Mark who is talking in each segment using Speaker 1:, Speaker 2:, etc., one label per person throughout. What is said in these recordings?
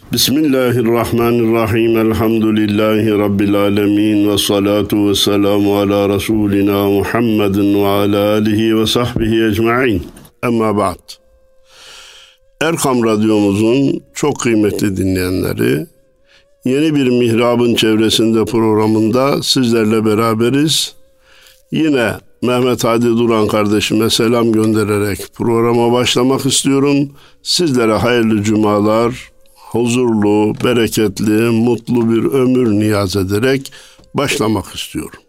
Speaker 1: Bismillahirrahmanirrahim. Elhamdülillahi Rabbil alemin. Ve salatu ve selamu ala Resulina Muhammedin ve ala alihi ve sahbihi ecma'in. Amma ba'd. Erkam Radyomuzun çok kıymetli dinleyenleri, yeni bir Mihrab'ın Çevresinde programında sizlerle beraberiz. Yine Mehmet Hadi Duran kardeşime selam göndererek programa başlamak istiyorum. Sizlere hayırlı cumalar, huzurlu, bereketli, mutlu bir ömür niyaz ederek başlamak istiyorum.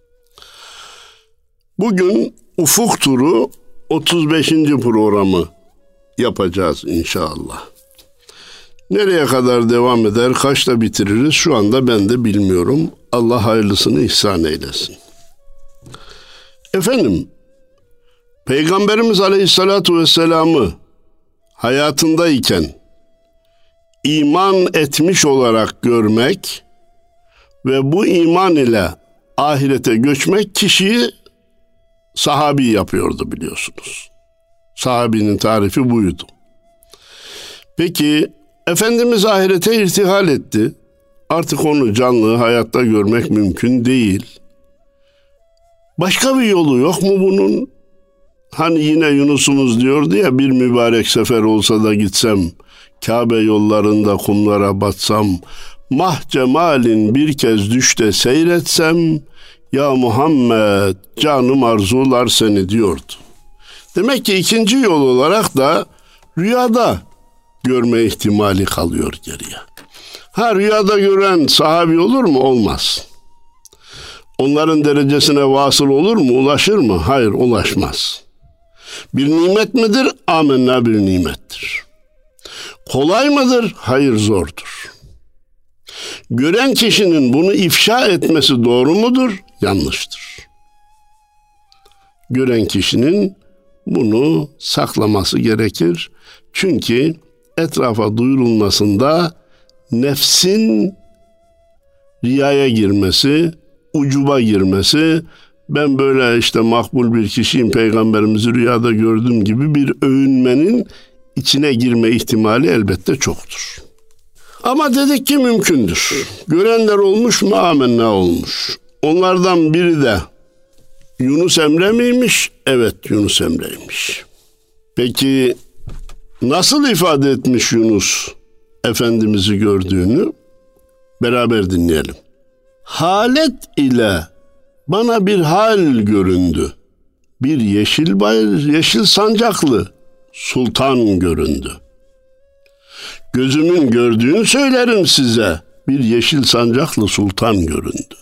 Speaker 1: Bugün Ufuk Turu 35. programı yapacağız inşallah. Nereye kadar devam eder, kaçta bitiririz şu anda ben de bilmiyorum. Allah hayırlısını ihsan eylesin. Efendim, Peygamberimiz Aleyhissalatu Vesselam'ı hayatındayken iman etmiş olarak görmek ve bu iman ile ahirete göçmek kişiyi sahabi yapıyordu biliyorsunuz. Sahabinin tarifi buydu. Peki Efendimiz ahirete irtihal etti. Artık onu canlı hayatta görmek mümkün değil. Başka bir yolu yok mu bunun? Hani yine Yunus'umuz diyordu ya, bir mübarek sefer olsa da gitsem, Kabe yollarında kumlara batsam, mah cemalin bir kez düşte seyretsem, ya Muhammed canım arzular seni diyordu. Demek ki ikinci yol olarak da rüyada görme ihtimali kalıyor geriye. Rüyada gören sahabi olur mu? Olmaz. Onların derecesine vasıl olur mu? Ulaşır mı? Hayır, ulaşmaz. Bir nimet midir? Amenna bir nimettir. Kolay mıdır? Hayır, zordur. Gören kişinin bunu ifşa etmesi doğru mudur? Yanlıştır. Gören kişinin bunu saklaması gerekir. Çünkü etrafa duyurulmasında nefsin riyaya girmesi, ucuba girmesi, ben böyle işte makbul bir kişiyim, peygamberimizi rüyada gördüm gibi bir övünmenin içine girme ihtimali elbette çoktur. Ama dedik ki mümkündür. Görenler olmuş mu? Amenna olmuş. Onlardan biri de Yunus Emre miymiş? Evet, Yunus Emre'ymiş. Peki nasıl ifade etmiş Yunus Efendimiz'i gördüğünü? Beraber dinleyelim. Halet ile bana bir hal göründü. Bir yeşil sancaklı sultan göründü. Gözümün gördüğünü söylerim size. Bir yeşil sancaklı sultan göründü.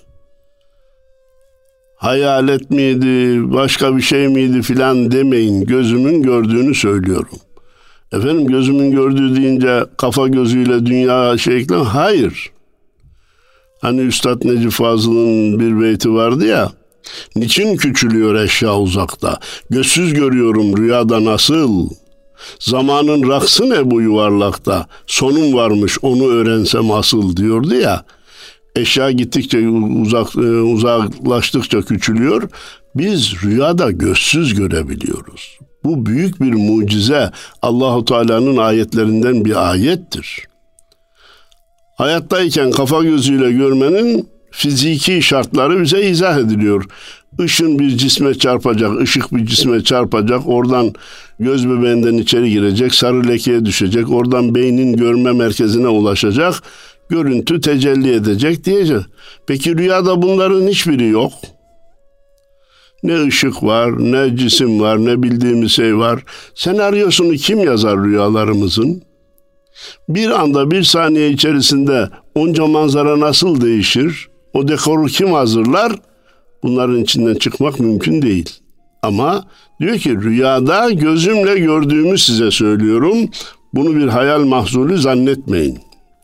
Speaker 1: Hayalet miydi, başka bir şey miydi filan demeyin. Gözümün gördüğünü söylüyorum. Efendim, gözümün gördüğü deyince kafa gözüyle dünya şekli, hayır. Hani Üstad Necip Fazıl'ın bir beyti vardı ya, niçin küçülüyor eşya uzakta, gözsüz görüyorum rüyada nasıl, zamanın raksı ne bu yuvarlakta, sonum varmış onu öğrensem asıl diyordu ya. Eşya gittikçe uzaklaştıkça küçülüyor, biz rüyada gözsüz görebiliyoruz. Bu büyük bir mucize, Allahu Teala'nın ayetlerinden bir ayettir. Hayattayken kafa gözüyle görmenin fiziki şartları bize izah ediliyor. Işın bir cisme çarpacak, ışık bir cisme çarpacak, oradan göz bebeğinden içeri girecek, sarı lekeye düşecek, oradan beynin görme merkezine ulaşacak, görüntü tecelli edecek diyecek. Peki rüyada bunların hiçbiri yok. Ne ışık var, ne cisim var, ne bildiğimiz şey var. Senaryosunu kim yazar rüyalarımızın? Bir anda, bir saniye içerisinde onca manzara nasıl değişir? O dekoru kim hazırlar? Bunların içinden çıkmak mümkün değil. Ama diyor ki rüyada gözümle gördüğümü size söylüyorum. Bunu bir hayal mahzulu zannetmeyin.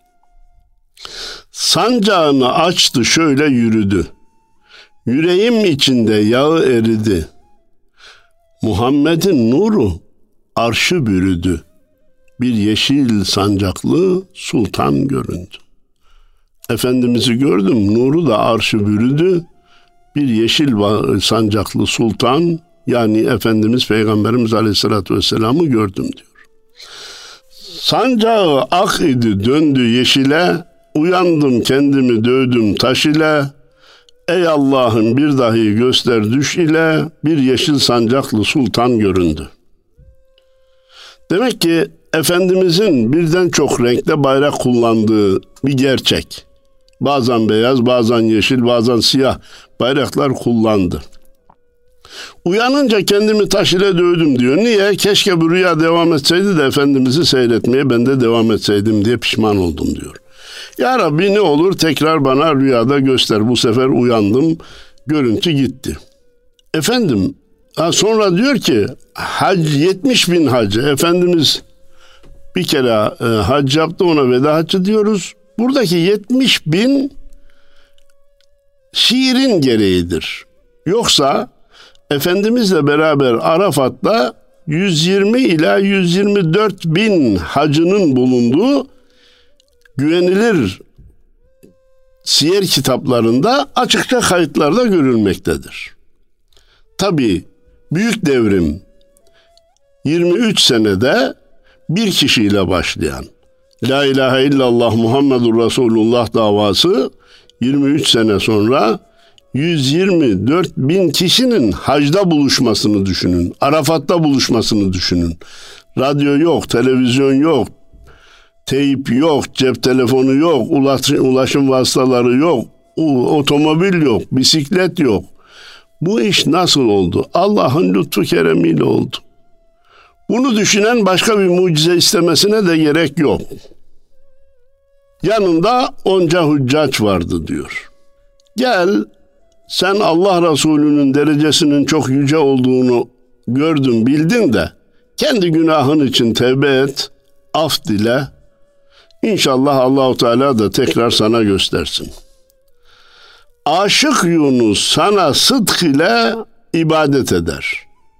Speaker 1: Sancağını açtı, şöyle yürüdü. Yüreğim içinde yağı eridi. Muhammed'in nuru arşı bürüdü. Bir yeşil sancaklı sultan göründü. Efendimiz'i gördüm, nuru da arşı bürüdü. Bir yeşil sancaklı sultan, yani Efendimiz Peygamberimiz Aleyhisselatü Vesselam'ı gördüm diyor. Sancağı ak idi döndü yeşile, uyandım kendimi dövdüm taş ile. Ey Allah'ım bir dahi göster düş ile, bir yeşil sancaklı sultan göründü. Demek ki Efendimizin birden çok renkte bayrak kullandığı bir gerçek. Bazen beyaz, bazen yeşil, bazen siyah bayraklar kullandı. Uyanınca kendimi taş ile dövdüm diyor. Niye? Keşke bu rüya devam etseydi de Efendimiz'i seyretmeye ben de devam etseydim diye pişman oldum diyor. Ya Rabbi ne olur tekrar bana rüyada göster. Bu sefer uyandım, görüntü gitti. Efendim sonra diyor ki 70 bin hacı. Efendimiz bir kere hac yaptı, ona veda haccı diyoruz. Buradaki 70 bin şiirin gereğidir. Yoksa Efendimizle beraber Arafat'ta 120 ila 124 bin hacının bulunduğu güvenilir siyer kitaplarında açıkça kayıtlarda görülmektedir. Tabii büyük devrim 23 senede bir kişiyle başlayan La ilahe illallah Muhammedur Resulullah davası 23 sene sonra 124 bin kişinin hacda buluşmasını düşünün. Arafat'ta buluşmasını düşünün. Radyo yok, televizyon yok, teyip yok, cep telefonu yok, ulaşım vasıtaları yok, otomobil yok, bisiklet yok. Bu iş nasıl oldu? Allah'ın lütfu keremiyle oldu. Bunu düşünen başka bir mucize istemesine de gerek yok. Yanında onca hüccaç vardı diyor. Gel, sen Allah Resulü'nün derecesinin çok yüce olduğunu gördün, bildin de kendi günahın için tevbe et, af dile. İnşallah Allahu Teala da tekrar sana göstersin. Aşık Yunus sana sıdk ile ibadet eder.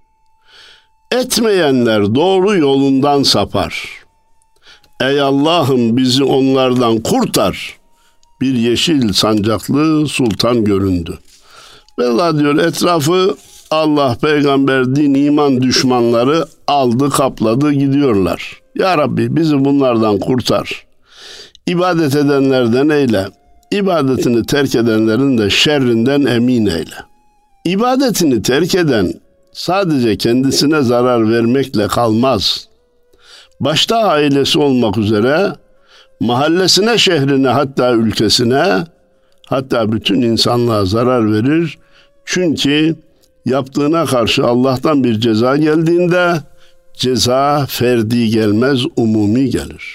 Speaker 1: Etmeyenler doğru yolundan sapar. Ey Allah'ım bizi onlardan kurtar. Bir yeşil sancaklı sultan göründü. Vallahi diyor etrafı Allah, peygamber, din, iman düşmanları aldı, kapladı gidiyorlar. Ya Rabbi bizi bunlardan kurtar. İbadet edenlerden eyle. İbadetini terk edenlerin de şerrinden emin eyle. İbadetini terk eden sadece kendisine zarar vermekle kalmaz. Başta ailesi olmak üzere mahallesine, şehrine, hatta ülkesine, hatta bütün insanlığa zarar verir. Çünkü yaptığına karşı Allah'tan bir ceza geldiğinde ceza ferdi gelmez, umumi gelir.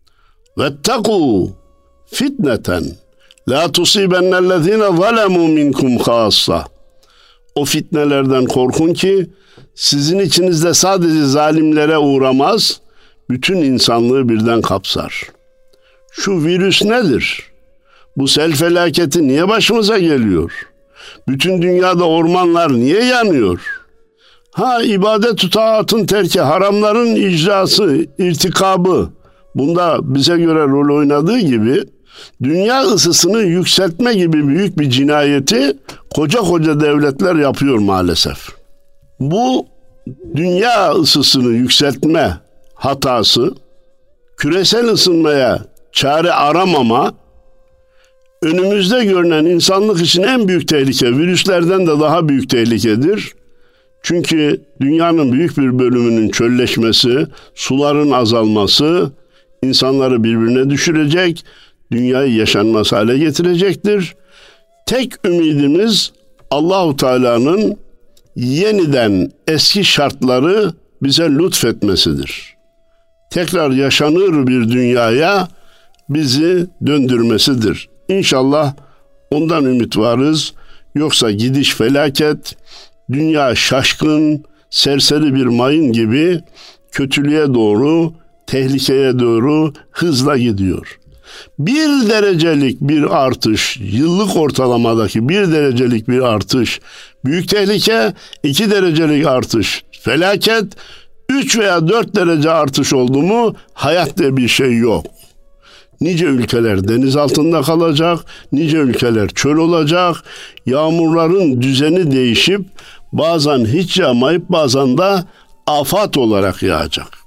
Speaker 1: Vettekû fitneten la tusibennellezîne zalemû minkum khâssa. O fitnelerden korkun ki sizin içinizde sadece zalimlere uğramaz, bütün insanlığı birden kapsar. Şu virüs nedir? Bu sel felaketi niye başımıza geliyor? Bütün dünyada ormanlar niye yanıyor? İbadet-ü taatın terki, haramların icrası, irtikabı, bunda bize göre rol oynadığı gibi dünya ısısını yükseltme gibi büyük bir cinayeti koca koca devletler yapıyor maalesef. Bu dünya ısısını yükseltme hatası, küresel ısınmaya çare aramama, önümüzde görünen insanlık için en büyük tehlike, virüslerden de daha büyük tehlikedir. Çünkü dünyanın büyük bir bölümünün çölleşmesi, suların azalması insanları birbirine düşürecek, dünyayı yaşanmaz hale getirecektir. Tek ümidimiz Allahu Teala'nın yeniden eski şartları bize lütfetmesidir. Tekrar yaşanır bir dünyaya bizi döndürmesidir. İnşallah ondan ümit varız. Yoksa gidiş felaket, dünya şaşkın, serseri bir mayın gibi kötülüğe doğru, tehlikeye doğru hızla gidiyor. 1 derecelik bir artış, yıllık ortalamadaki 1 derecelik bir artış, büyük tehlike, 2 derecelik artış, felaket, 3 veya 4 derece artış oldu mu hayatta bir şey yok. Nice ülkeler deniz altında kalacak, nice ülkeler çöl olacak, yağmurların düzeni değişip bazen hiç yağmayıp bazen de afat olarak yağacak.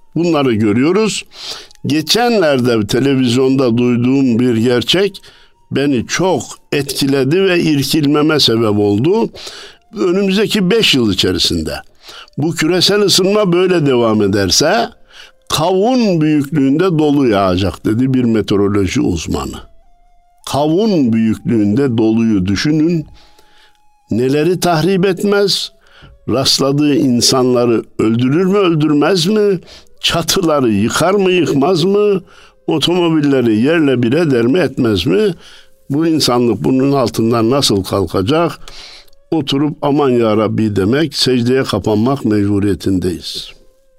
Speaker 1: Bunları görüyoruz. Geçenlerde televizyonda duyduğum bir gerçek beni çok etkiledi ve irkilmeme sebep oldu. Önümüzdeki 5 yıl içerisinde bu küresel ısınma böyle devam ederse kavun büyüklüğünde dolu yağacak dedi bir meteoroloji uzmanı. Kavun büyüklüğünde doluyu düşünün. Neleri tahrip etmez? Rastladığı insanları öldürür mü öldürmez mi? Çatıları yıkar mı yıkmaz mı? Otomobilleri yerle bir eder mi etmez mi? Bu insanlık bunun altından nasıl kalkacak? Oturup aman ya Rabbi demek, secdeye kapanmak mecburiyetindeyiz.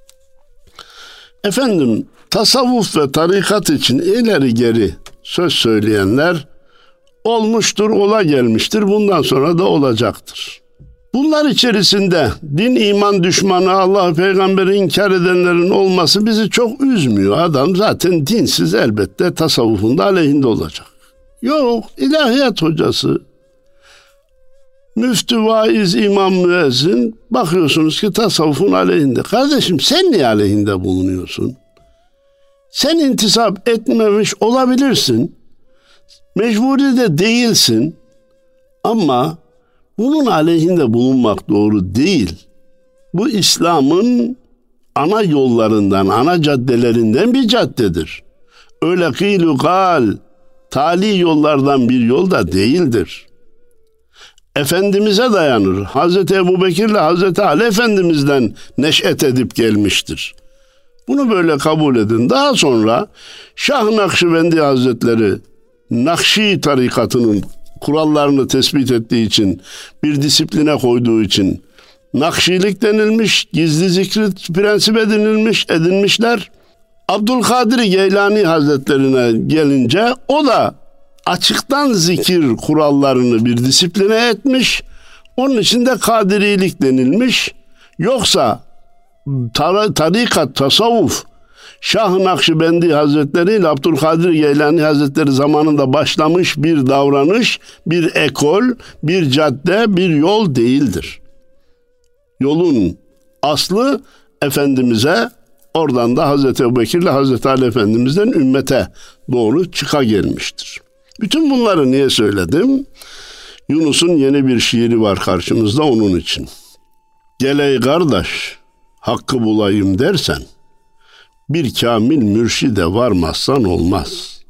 Speaker 1: Efendim, tasavvuf ve tarikat için ileri geri söz söyleyenler olmuştur, ola gelmiştir, bundan sonra da olacaktır. Bunlar içerisinde din iman düşmanı, Allah peygamberi inkar edenlerin olması bizi çok üzmüyor. Adam zaten dinsiz, elbette tasavvufun da aleyhinde olacak. Yok, ilahiyat hocası, müftü, vaiz, imam, müezzin bakıyorsunuz ki tasavvufun aleyhinde. Kardeşim sen niye aleyhinde bulunuyorsun? Sen intisap etmemiş olabilirsin. Mecburi de değilsin. Ama bunun aleyhinde bulunmak doğru değil. Bu İslam'ın ana yollarından, ana caddelerinden bir caddedir. Öyle kıylu gal, tali yollardan bir yol da değildir. Efendimiz'e dayanır. Hazreti Ebubekir'le Hazreti Ali Efendimiz'den neş'et edip gelmiştir. Bunu böyle kabul edin. Daha sonra Şah Nakşibendi Hazretleri Nakşi tarikatının kurallarını tespit ettiği için, bir disipline koyduğu için Nakşilik denilmiş, gizli zikri prensip edinmişler. Abdülkadir Geylani Hazretlerine gelince o da açıktan zikir kurallarını bir disipline etmiş. Onun için de kadirilik denilmiş. Yoksa tarikat, tasavvuf, Şah-ı Nakşibendi Hazretleri ile Abdülkadir Geylani Hazretleri zamanında başlamış bir davranış, bir ekol, bir cadde, bir yol değildir. Yolun aslı Efendimiz'e, oradan da Hazreti Ebubekir ile Hazreti Ali Efendimiz'den ümmete doğru çıka gelmiştir. Bütün bunları niye söyledim? Yunus'un yeni bir şiiri var karşımızda onun için. Gel ey kardeş, hakkı bulayım dersen, bir kamil mürşide varmazsan olmaz.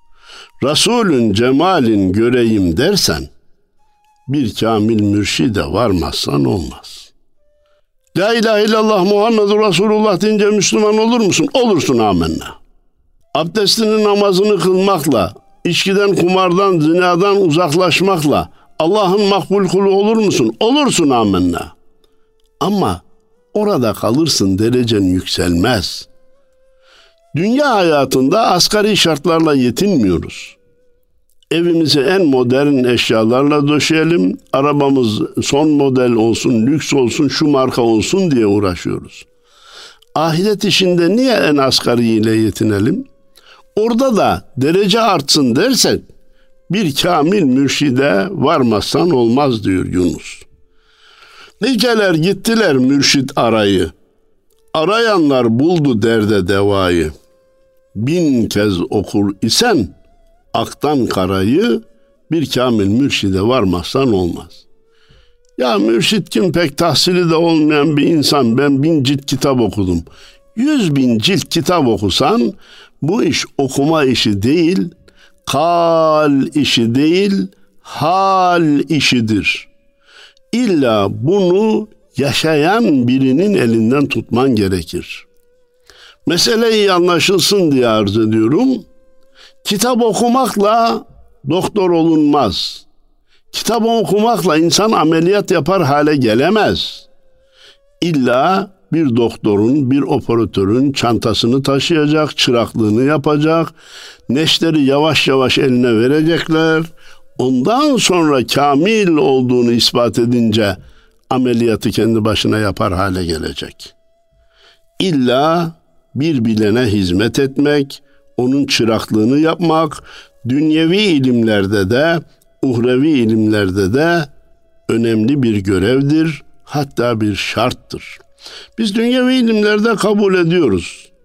Speaker 1: Resulün cemalin göreyim dersen, bir kamil mürşide varmazsan olmaz. La ilahe illallah Muhammedur Resulullah deyince Müslüman olur musun? Olursun, amenna. Abdestini, namazını kılmakla, içkiden, kumardan, zinadan uzaklaşmakla Allah'ın makbul kulu olur musun? Olursun, amenna. Ama orada kalırsın, derecen yükselmez. Dünya hayatında asgari şartlarla yetinmiyoruz. Evimizi en modern eşyalarla döşeyelim, arabamız son model olsun, lüks olsun, şu marka olsun diye uğraşıyoruz. Ahiret işinde niye en asgariyle yetinelim? Orada da derece artsın dersek, bir kamil mürşide varmazsan olmaz diyor Yunus. Niceler gittiler mürşit arayı, arayanlar buldu derde devayı. 1000 kez okur isen aktan karayı, bir kamil mürşide varmazsan olmaz. Ya mürşit kim, pek tahsili de olmayan bir insan, ben 1000 cilt kitap okudum. 100.000 cilt kitap okusan bu iş okuma işi değil, kal işi değil, hal işidir. İlla bunu yaşayan birinin elinden tutman gerekir. Mesele iyi anlaşılsın diye arz ediyorum. Kitap okumakla doktor olunmaz. Kitap okumakla insan ameliyat yapar hale gelemez. İlla bir doktorun, bir operatörün çantasını taşıyacak, çıraklığını yapacak, neşteri yavaş yavaş eline verecekler. Ondan sonra kamil olduğunu ispat edince ameliyatı kendi başına yapar hale gelecek. İlla bir bilene hizmet etmek, onun çıraklığını yapmak, dünyevi ilimlerde de, uhrevi ilimlerde de önemli bir görevdir, hatta bir şarttır. Biz dünyevi ilimlerde kabul ediyoruz.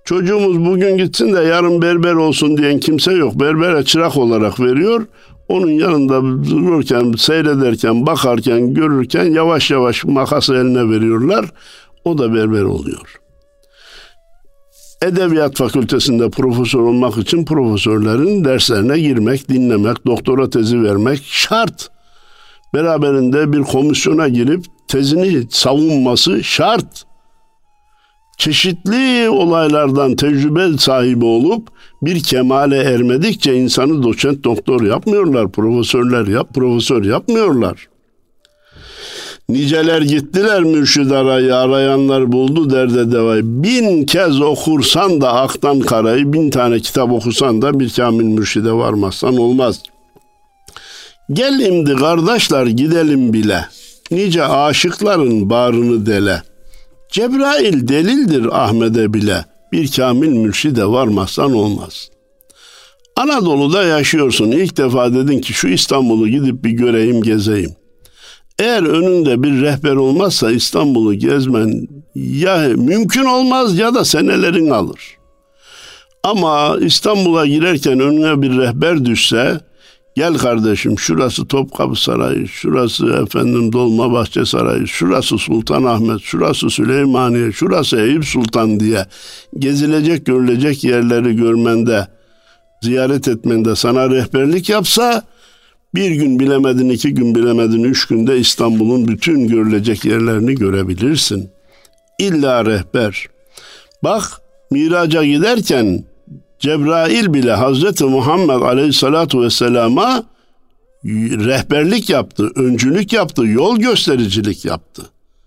Speaker 1: Çocuğumuz bugün gitsin de yarın berber olsun diyen kimse yok. Berbere çırak olarak veriyor. Onun yanında dururken, seyrederken, bakarken, görürken yavaş yavaş makası eline veriyorlar. O da berber oluyor. Edebiyat fakültesinde profesör olmak için profesörlerin derslerine girmek, dinlemek, doktora tezi vermek şart. Beraberinde bir komisyona girip tezini savunması şart. Çeşitli olaylardan tecrübe sahibi olup bir kemale ermedikçe insanı doçent doktor yapmıyorlar, profesör yapmıyorlar. Niceler gittiler mürşid arayı, arayanlar buldu derde devayı. 1000 kez okursan da aktan karayı, 1000 tane kitap okusan da bir kamil mürşide varmazsan olmaz. Gel imdi kardeşler gidelim bile, nice aşıkların bağrını dele. Cebrail delildir Ahmet'e bile, bir kamil mürşide varmazsan olmaz. Anadolu'da yaşıyorsun, ilk defa dedin ki şu İstanbul'u gidip bir göreyim, gezeyim. Eğer önünde bir rehber olmazsa İstanbul'u gezmen ya mümkün olmaz ya da senelerin alır. Ama İstanbul'a girerken önüne bir rehber düşse, gel kardeşim şurası Topkapı Sarayı, şurası Dolmabahçe Sarayı, şurası Sultanahmet, şurası Süleymaniye, şurası Eyüp Sultan diye gezilecek görülecek yerleri görmende, ziyaret etmende sana rehberlik yapsa, bir gün bilemedin, 2 gün bilemedin, 3 günde İstanbul'un bütün görülecek yerlerini görebilirsin. İlla rehber. Bak, Miraç'a giderken Cebrail bile Hazreti Muhammed Aleyhisselatu Vesselam'a rehberlik yaptı, öncülük yaptı, yol göstericilik yaptı.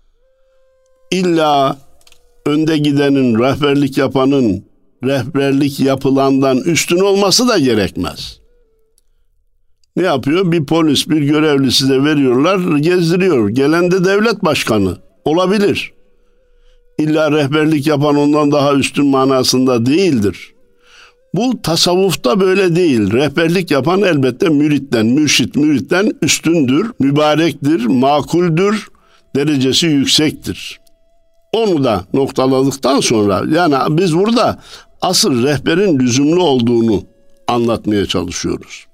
Speaker 1: İlla önde gidenin, rehberlik yapanın, rehberlik yapılandan üstün olması da gerekmez. Ne yapıyor? Bir polis, bir görevli size veriyorlar, gezdiriyor. Gelen de devlet başkanı. Olabilir. İlla rehberlik yapan ondan daha üstün manasında değildir. Bu tasavvufta böyle değil. Rehberlik yapan elbette mürşitten üstündür, mübarektir, makuldür, derecesi yüksektir. Onu da noktaladıktan sonra, yani biz burada asıl rehberin lüzumlu olduğunu anlatmaya çalışıyoruz.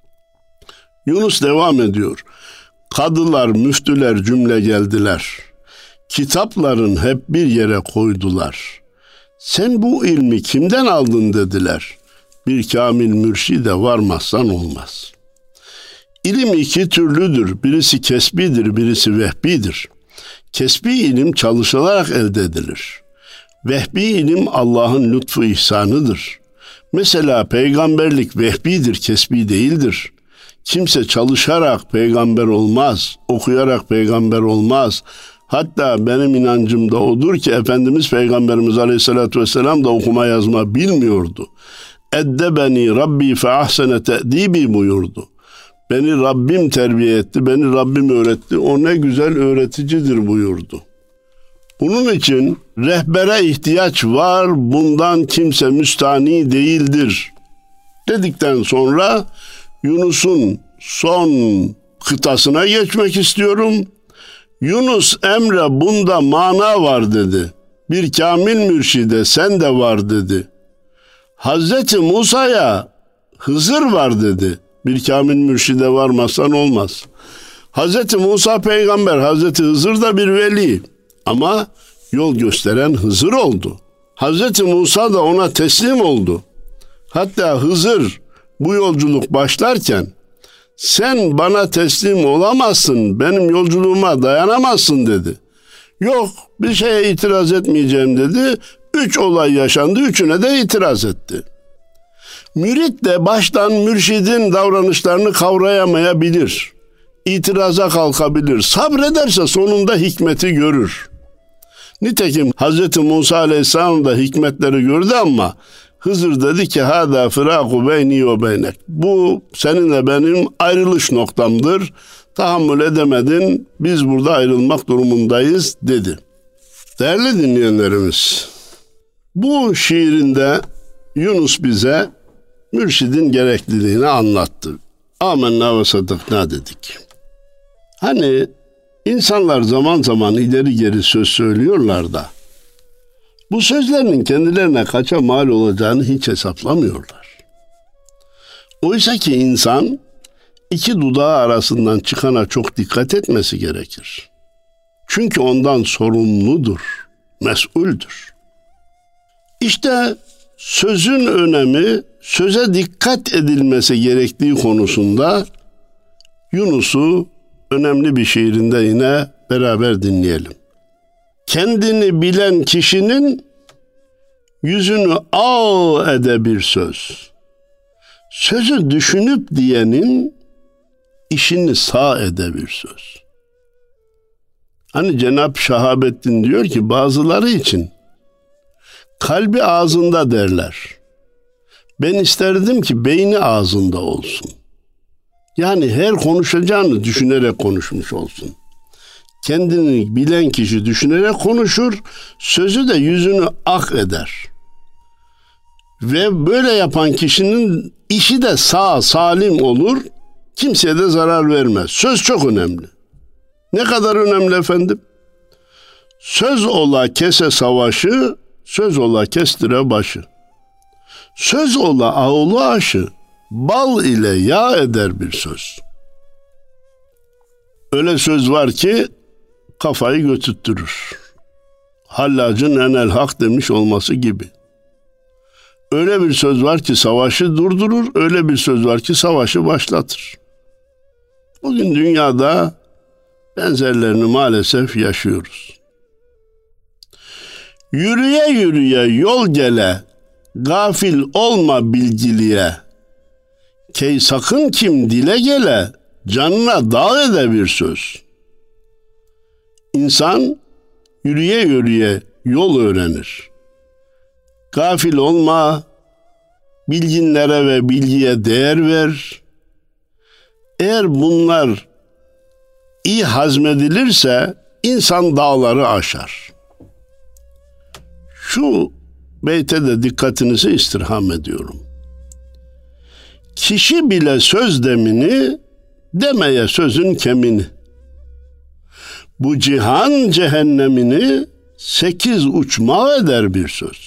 Speaker 1: Yunus devam ediyor. Kadılar, müftüler cümle geldiler. Kitapların hep bir yere koydular. Sen bu ilmi kimden aldın dediler. Bir kamil mürşide varmazsan olmaz. İlim 2 türlüdür. Birisi kesbidir, birisi vehbidir. Kesbi ilim çalışılarak elde edilir. Vehbi ilim Allah'ın lütfu ihsanıdır. Mesela peygamberlik vehbidir, kesbi değildir. Kimse çalışarak peygamber olmaz, okuyarak peygamber olmaz. Hatta benim inancım da odur ki Efendimiz Peygamberimiz Aleyhisselatü Vesselam da okuma yazma bilmiyordu. Eddebeni Rabbi fe ahsene te'dibi buyurdu. Beni Rabbim terbiye etti, beni Rabbim öğretti. O ne güzel öğreticidir buyurdu. Bunun için rehbere ihtiyaç var, bundan kimse müstani değildir dedikten sonra Yunus'un son kıtasına geçmek istiyorum. Yunus Emre bunda mana var dedi. Bir kamil mürşide sen de var dedi. Hazreti Musa'ya Hızır var dedi. Bir kamil mürşide varmazsan olmaz. Hazreti Musa peygamber, Hazreti Hızır da bir veli. Ama yol gösteren Hızır oldu. Hazreti Musa da ona teslim oldu. Hatta Hızır bu yolculuk başlarken sen bana teslim olamazsın, benim yolculuğuma dayanamazsın dedi. Yok, bir şeye itiraz etmeyeceğim dedi. 3 olay yaşandı, 3'üne de itiraz etti. Mürit de baştan mürşidin davranışlarını kavrayamayabilir. İtiraza kalkabilir. Sabrederse sonunda hikmeti görür. Nitekim Hz. Musa Aleyhisselam da hikmetleri gördü ama Hızır dedi ki hâdâ firâku beyni ve beynek. Bu seninle benim ayrılış noktamdır. Tahammül edemedin. Biz burada ayrılmak durumundayız dedi. Değerli dinleyenlerimiz, bu şiirinde Yunus bize mürşidin gerekliliğini anlattı. Âmennâ ve sadıknâ dedik. Hani insanlar zaman zaman ileri geri söz söylüyorlar da Bu sözlerinin kendilerine kaça mal olacağını hiç hesaplamıyorlar. Oysa ki insan iki dudağı arasından çıkana çok dikkat etmesi gerekir. Çünkü ondan sorumludur, mesuldür. İşte sözün önemi, söze dikkat edilmesi gerektiği konusunda Yunus'u önemli bir şiirinde yine beraber dinleyelim. Kendini bilen kişinin yüzünü ağ ede bir söz. Sözü düşünüp diyenin işini sağ ede bir söz. Hani Cenab-ı Şahabettin diyor ki bazıları için kalbi ağzında derler. Ben isterdim ki beyni ağzında olsun. Yani her konuşacağını düşünerek konuşmuş olsun. Kendini bilen kişi düşünerek konuşur, sözü de yüzünü ak eder. Ve böyle yapan kişinin işi de sağ salim olur, kimseye de zarar vermez. Söz çok önemli. Ne kadar önemli efendim? Söz ola kese savaşı, söz ola kestire başı. Söz ola ağulu aşı, bal ile yağ eder bir söz. Öyle söz var ki kafayı götürtürür. Hallacın enel hak demiş olması gibi. Öyle bir söz var ki savaşı durdurur, öyle bir söz var ki savaşı başlatır. Bugün dünyada benzerlerini maalesef yaşıyoruz. Yürüye yürüye yol gele, gafil olma bilgiliye. Key sakın kim dile gele, canına dağ ede bir söz. İnsan yürüye yürüye yol öğrenir. Gafil olma, bilginlere ve bilgiye değer ver. Eğer bunlar iyi hazmedilirse insan dağları aşar. Şu beyte de dikkatinizi istirham ediyorum. Kişi bile söz demini, demeye sözün kemini. Bu cihan cehennemini 8 uçma eder bir söz.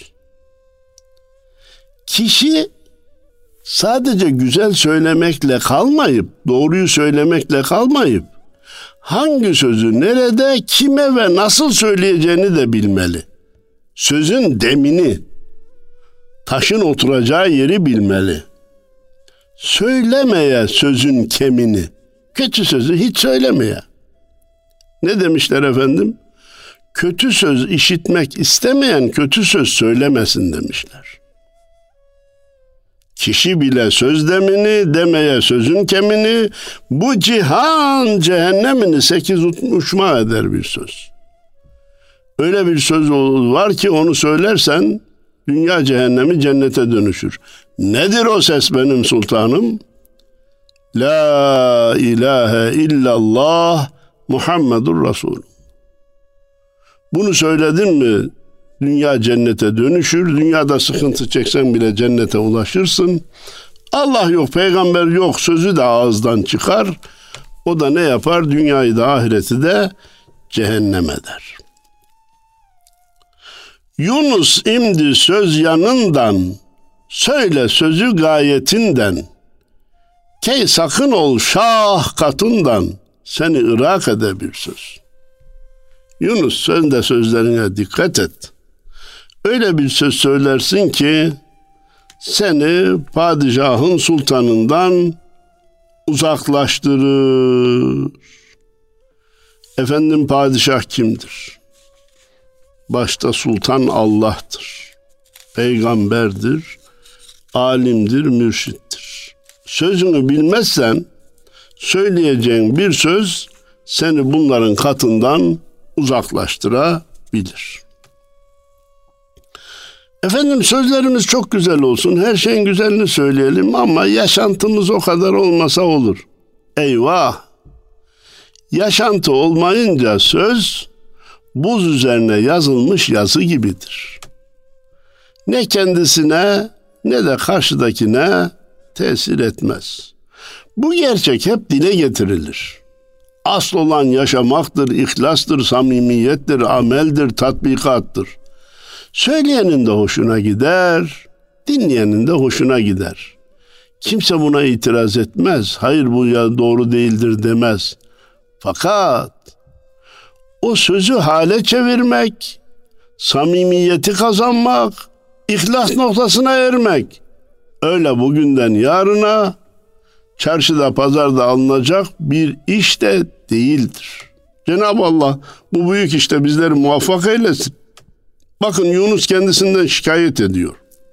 Speaker 1: Kişi sadece güzel söylemekle kalmayıp, doğruyu söylemekle kalmayıp, hangi sözü nerede, kime ve nasıl söyleyeceğini de bilmeli. Sözün demini, taşın oturacağı yeri bilmeli. Söylemeye sözün kemini, kötü sözü hiç söylemeye. Ne demişler efendim? Kötü söz işitmek istemeyen kötü söz söylemesin demişler. Kişi bile söz demini, demeye sözün kemini, bu cihan cehennemini 8 uçma eder bir söz. Öyle bir söz var ki onu söylersen dünya cehennemi cennete dönüşür. Nedir o ses benim sultanım? La ilahe illallah Muhammedur Resul. Bunu söyledin mi dünya cennete dönüşür. Dünyada sıkıntı çeksen bile cennete ulaşırsın. Allah yok, peygamber yok sözü de ağızdan çıkar. O da ne yapar? Dünyayı da ahireti de cehennem eder. Yunus imdi söz yanından, söyle sözü gayetinden. Key sakın ol şah katından, seni ırak ede bir söz. Yunus sen de sözlerine dikkat et. Öyle bir söz söylersin ki seni padişahın sultanından uzaklaştırır. Efendim padişah kimdir? Başta sultan Allah'tır. Peygamberdir, alimdir, mürşittir. Sözünü bilmezsen söyleyeceğin bir söz seni bunların katından uzaklaştırabilir. Efendim sözlerimiz çok güzel olsun, her şeyin güzelini söyleyelim ama yaşantımız o kadar olmasa olur. Eyvah! Yaşantı olmayınca söz buz üzerine yazılmış yazı gibidir. Ne kendisine ne de karşıdakine tesir etmez. Bu gerçek hep dile getirilir. Asıl olan yaşamaktır, ihlastır, samimiyettir, ameldir, tatbikattır. Söyleyenin de hoşuna gider, dinleyenin de hoşuna gider. Kimse buna itiraz etmez. Hayır bu ya doğru değildir demez. Fakat o sözü hale çevirmek, samimiyeti kazanmak, ihlas noktasına ermek, öyle bugünden yarına çarşıda pazarda alınacak bir iş de değildir. Cenab-ı Allah bu büyük işte bizleri muvaffak eylesin. Bakın Yunus kendisinden şikayet ediyor.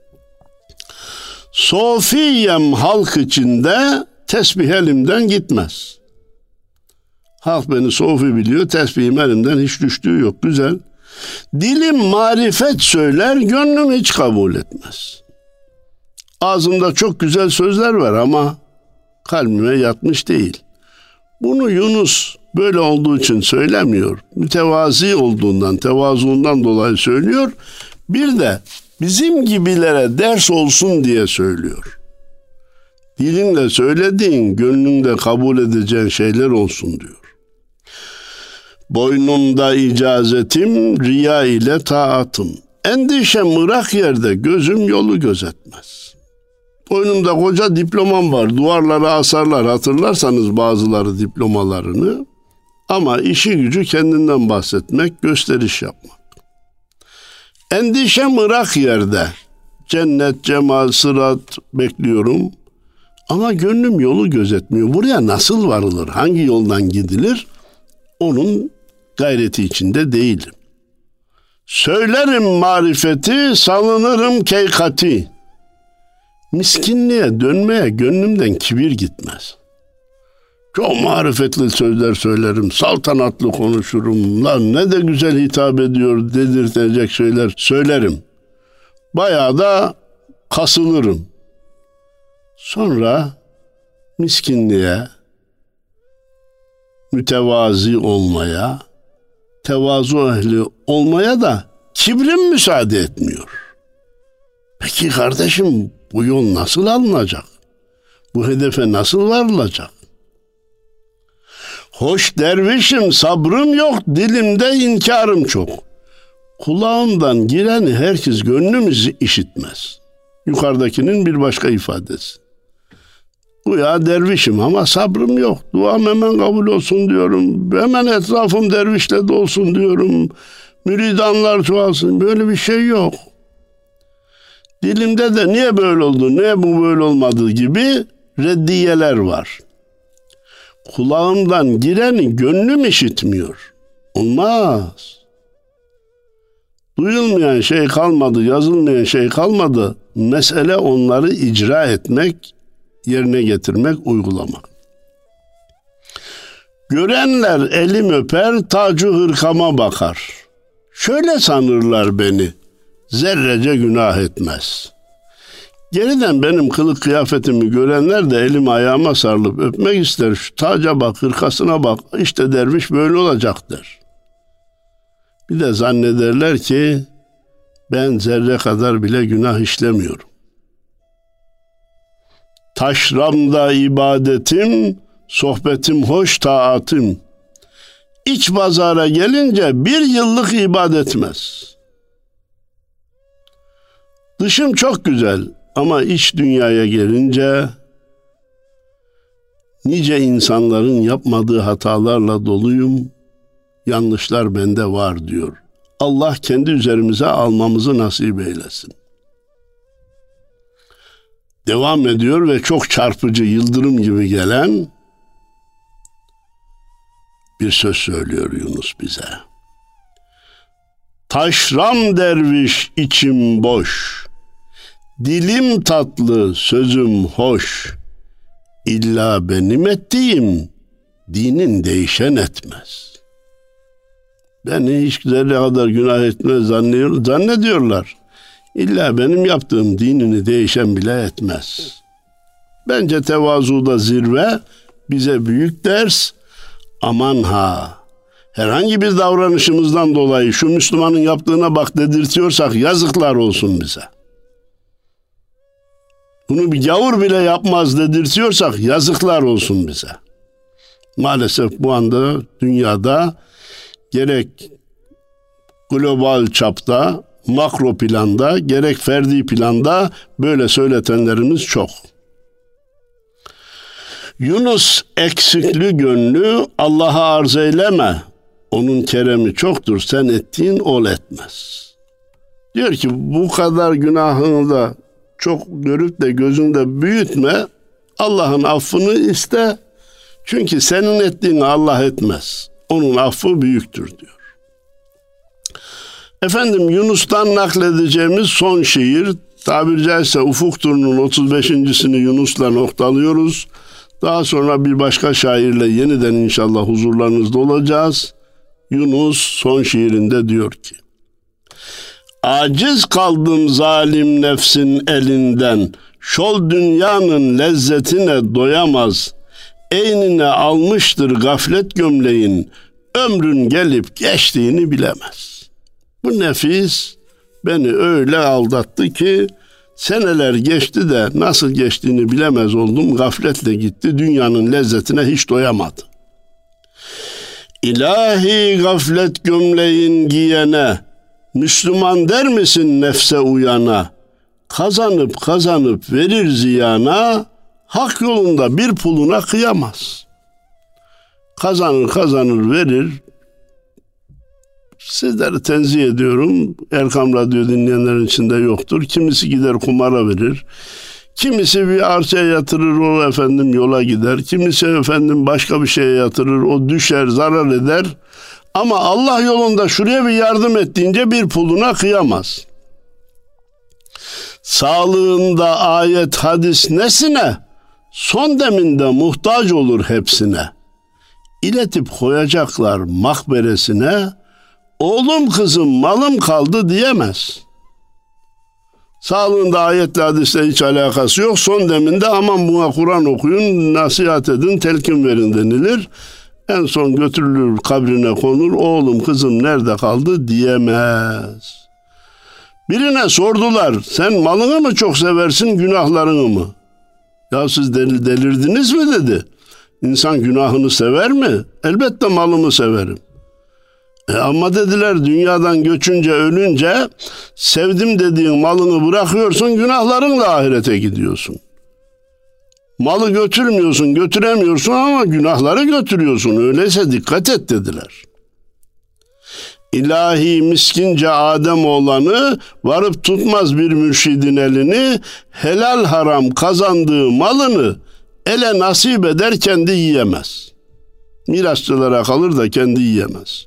Speaker 1: Sofiyem halk içinde tesbih elimden gitmez. Halk beni sofi biliyor, tesbihim elimden hiç düştüğü yok. Güzel. Dilim marifet söyler, gönlüm hiç kabul etmez. Ağzımda çok güzel sözler var ama kalbime yatmış değil. Bunu Yunus böyle olduğu için söylemiyor. Mütevazi olduğundan, tevazuundan dolayı söylüyor. Bir de bizim gibilere ders olsun diye söylüyor. Dilinle söylediğin, gönlünde kabul edeceğin şeyler olsun diyor. Boynumda icazetim, riya ile taatım. Endişe mırak yerde gözüm yolu gözetmez. Boynumda koca diplomam var. Duvarlara asarlar, hatırlarsanız bazıları diplomalarını. Ama işi gücü kendinden bahsetmek, gösteriş yapmak. Endişe mırak yerde. Cennet, cemal, sırat bekliyorum. Ama gönlüm yolu gözetmiyor. Buraya nasıl varılır? Hangi yoldan gidilir? Onun gayreti içinde değilim. Söylerim marifeti, salınırım keykati. Miskinliğe dönmeye gönlümden kibir gitmez. Çok marifetli sözler söylerim, saltanatlı konuşurum. Lan ne de güzel hitap ediyor dedirtecek şeyler söylerim. Bayağı da kasılırım. Sonra miskinliğe, mütevazi olmaya, tevazu ehli olmaya da kibrim müsaade etmiyor. Peki kardeşim bu yol nasıl alınacak? Bu hedefe nasıl varılacak? Hoş dervişim sabrım yok, dilimde inkarım çok. Kulağımdan gireni herkes gönlümüzü işitmez. Yukarıdakinin bir başka ifadesi. Güya dervişim ama sabrım yok. Duam hemen kabul olsun diyorum. Hemen etrafım dervişle dolsun diyorum. Müridanlar çoğalsın. Böyle bir şey yok. Dilimde de niye böyle oldu, niye bu böyle olmadı gibi reddiyeler var. Kulağımdan gireni gönlüm işitmiyor. Olmaz. Duyulmayan şey kalmadı, yazılmayan şey kalmadı. Mesele onları icra etmek, yerine getirmek, uygulamak. Görenler elim öper, tacı hırkama bakar. Şöyle sanırlar beni, zerrece günah etmez. Geriden benim kılık kıyafetimi görenler de elim ayağıma sarılıp öpmek ister. Şu taca bak, hırkasına bak, işte derviş böyle olacak der. Bir de zannederler ki ben zerre kadar bile günah işlemiyorum. Taşramda ibadetim, sohbetim hoş taatım. İç pazara gelince bir yıllık ibadet etmez. Dışım çok güzel ama iç dünyaya gelince nice insanların yapmadığı hatalarla doluyum. Yanlışlar bende var diyor. Allah kendi üzerimize almamızı nasip eylesin. Devam ediyor ve çok çarpıcı, yıldırım gibi gelen bir söz söylüyor Yunus bize. Taşram derviş içim boş, dilim tatlı sözüm hoş, İlla benim ettiğim dinin değişen etmez. Beni hiç zerre kadar günah etmez zannediyorlar. İlla benim yaptığım dinini değişen bile etmez. Bence tevazuda zirve, bize büyük ders. Aman ha! Herhangi bir davranışımızdan dolayı şu Müslümanın yaptığına bak dedirtiyorsak yazıklar olsun bize. Bunu bir gavur bile yapmaz dedirtiyorsak yazıklar olsun bize. Maalesef bu anda dünyada gerek global çapta, makro planda, gerek ferdi planda böyle söyletenlerimiz çok. Yunus eksikli gönlü Allah'a arz eyleme. Onun keremi çoktur, sen ettiğin ol etmez. Diyor ki bu kadar günahını da çok görüp de gözünde büyütme. Allah'ın affını iste. Çünkü senin ettiğini Allah etmez. Onun affı büyüktür diyor. Efendim Yunus'tan nakledeceğimiz son şiir, tabiri caizse Ufuk turunun 35.sini Yunus'la noktalıyoruz. Daha sonra bir başka şairle yeniden inşallah huzurlarınızda olacağız. Yunus son şiirinde diyor ki: aciz kaldım zalim nefsin elinden, şol dünyanın lezzetine doyamaz, eynine almıştır gaflet gömleğin, ömrün gelip geçtiğini bilemez. Bu nefis beni öyle aldattı ki seneler geçti de nasıl geçtiğini bilemez oldum, gafletle gitti, dünyanın lezzetine hiç doyamadım. İlahi gaflet gömleğin giyene, Müslüman der misin nefse uyana? Kazanıp kazanıp verir ziyana, hak yolunda bir puluna kıyamaz. Kazanır kazanır verir. Sizleri tenzih ediyorum. Erkam Radyo dinleyenlerin içinde yoktur. Kimisi gider kumara verir. Kimisi bir arsaya yatırır, o efendim yola gider. Kimisi efendim başka bir şeye yatırır, o düşer, zarar eder. Ama Allah yolunda şuraya bir yardım ettiğince bir puluna kıyamaz. Sağlığında ayet hadis nesine? Son deminde muhtaç olur hepsine. İletip koyacaklar makberesine, oğlum kızım malım kaldı diyemez. Sağlığında ayetle hadisle hiç alakası yok. Son deminde aman buna Kur'an okuyun, nasihat edin, telkin verin denilir. En son götürülür kabrine konur, oğlum kızım nerede kaldı diyemez. Birine sordular, sen malını mı çok seversin, günahlarını mı? Ya siz delirdiniz mi dedi. İnsan günahını sever mi? Elbette malımı severim. Ama dediler dünyadan göçünce, ölünce sevdim dediğin malını bırakıyorsun, günahlarınla ahirete gidiyorsun. Malı götürmüyorsun, götüremiyorsun ama günahları götürüyorsun. Öyleyse dikkat et dediler. İlahi miskince Adem olanı varıp tutmaz bir mürşidin elini, helal haram kazandığı malını ele nasip eder kendi yiyemez. Mirasçılara kalır da kendi yiyemez.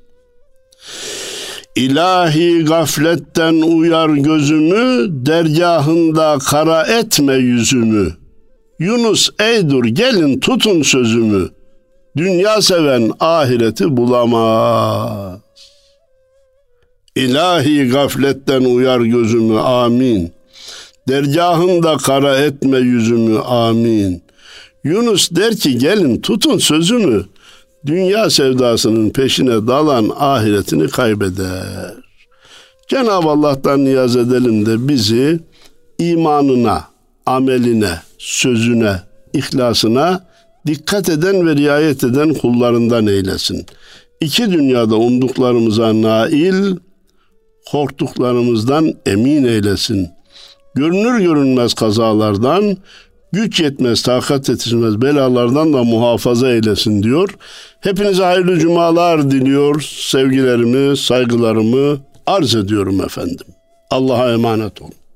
Speaker 1: İlahi gafletten uyar gözümü, dergahında kara etme yüzümü. Yunus eydur gelin tutun sözümü, dünya seven ahireti bulamaz. İlahi gafletten uyar gözümü amin. Dergahında kara etme yüzümü amin. Yunus der ki gelin tutun sözümü, dünya sevdasının peşine dalan ahiretini kaybeder. Cenab-ı Allah'tan niyaz edelim de bizi imanına, ameline, sözüne, ihlasına dikkat eden ve riayet eden kullarından eylesin. İki dünyada umduklarımıza nail, korktuklarımızdan emin eylesin. Görünür görünmez kazalardan, güç yetmez, takat yetişmez belalardan da muhafaza eylesin diyor. Hepinize hayırlı cumalar diliyor. Sevgilerimi, saygılarımı arz ediyorum efendim. Allah'a emanet olun.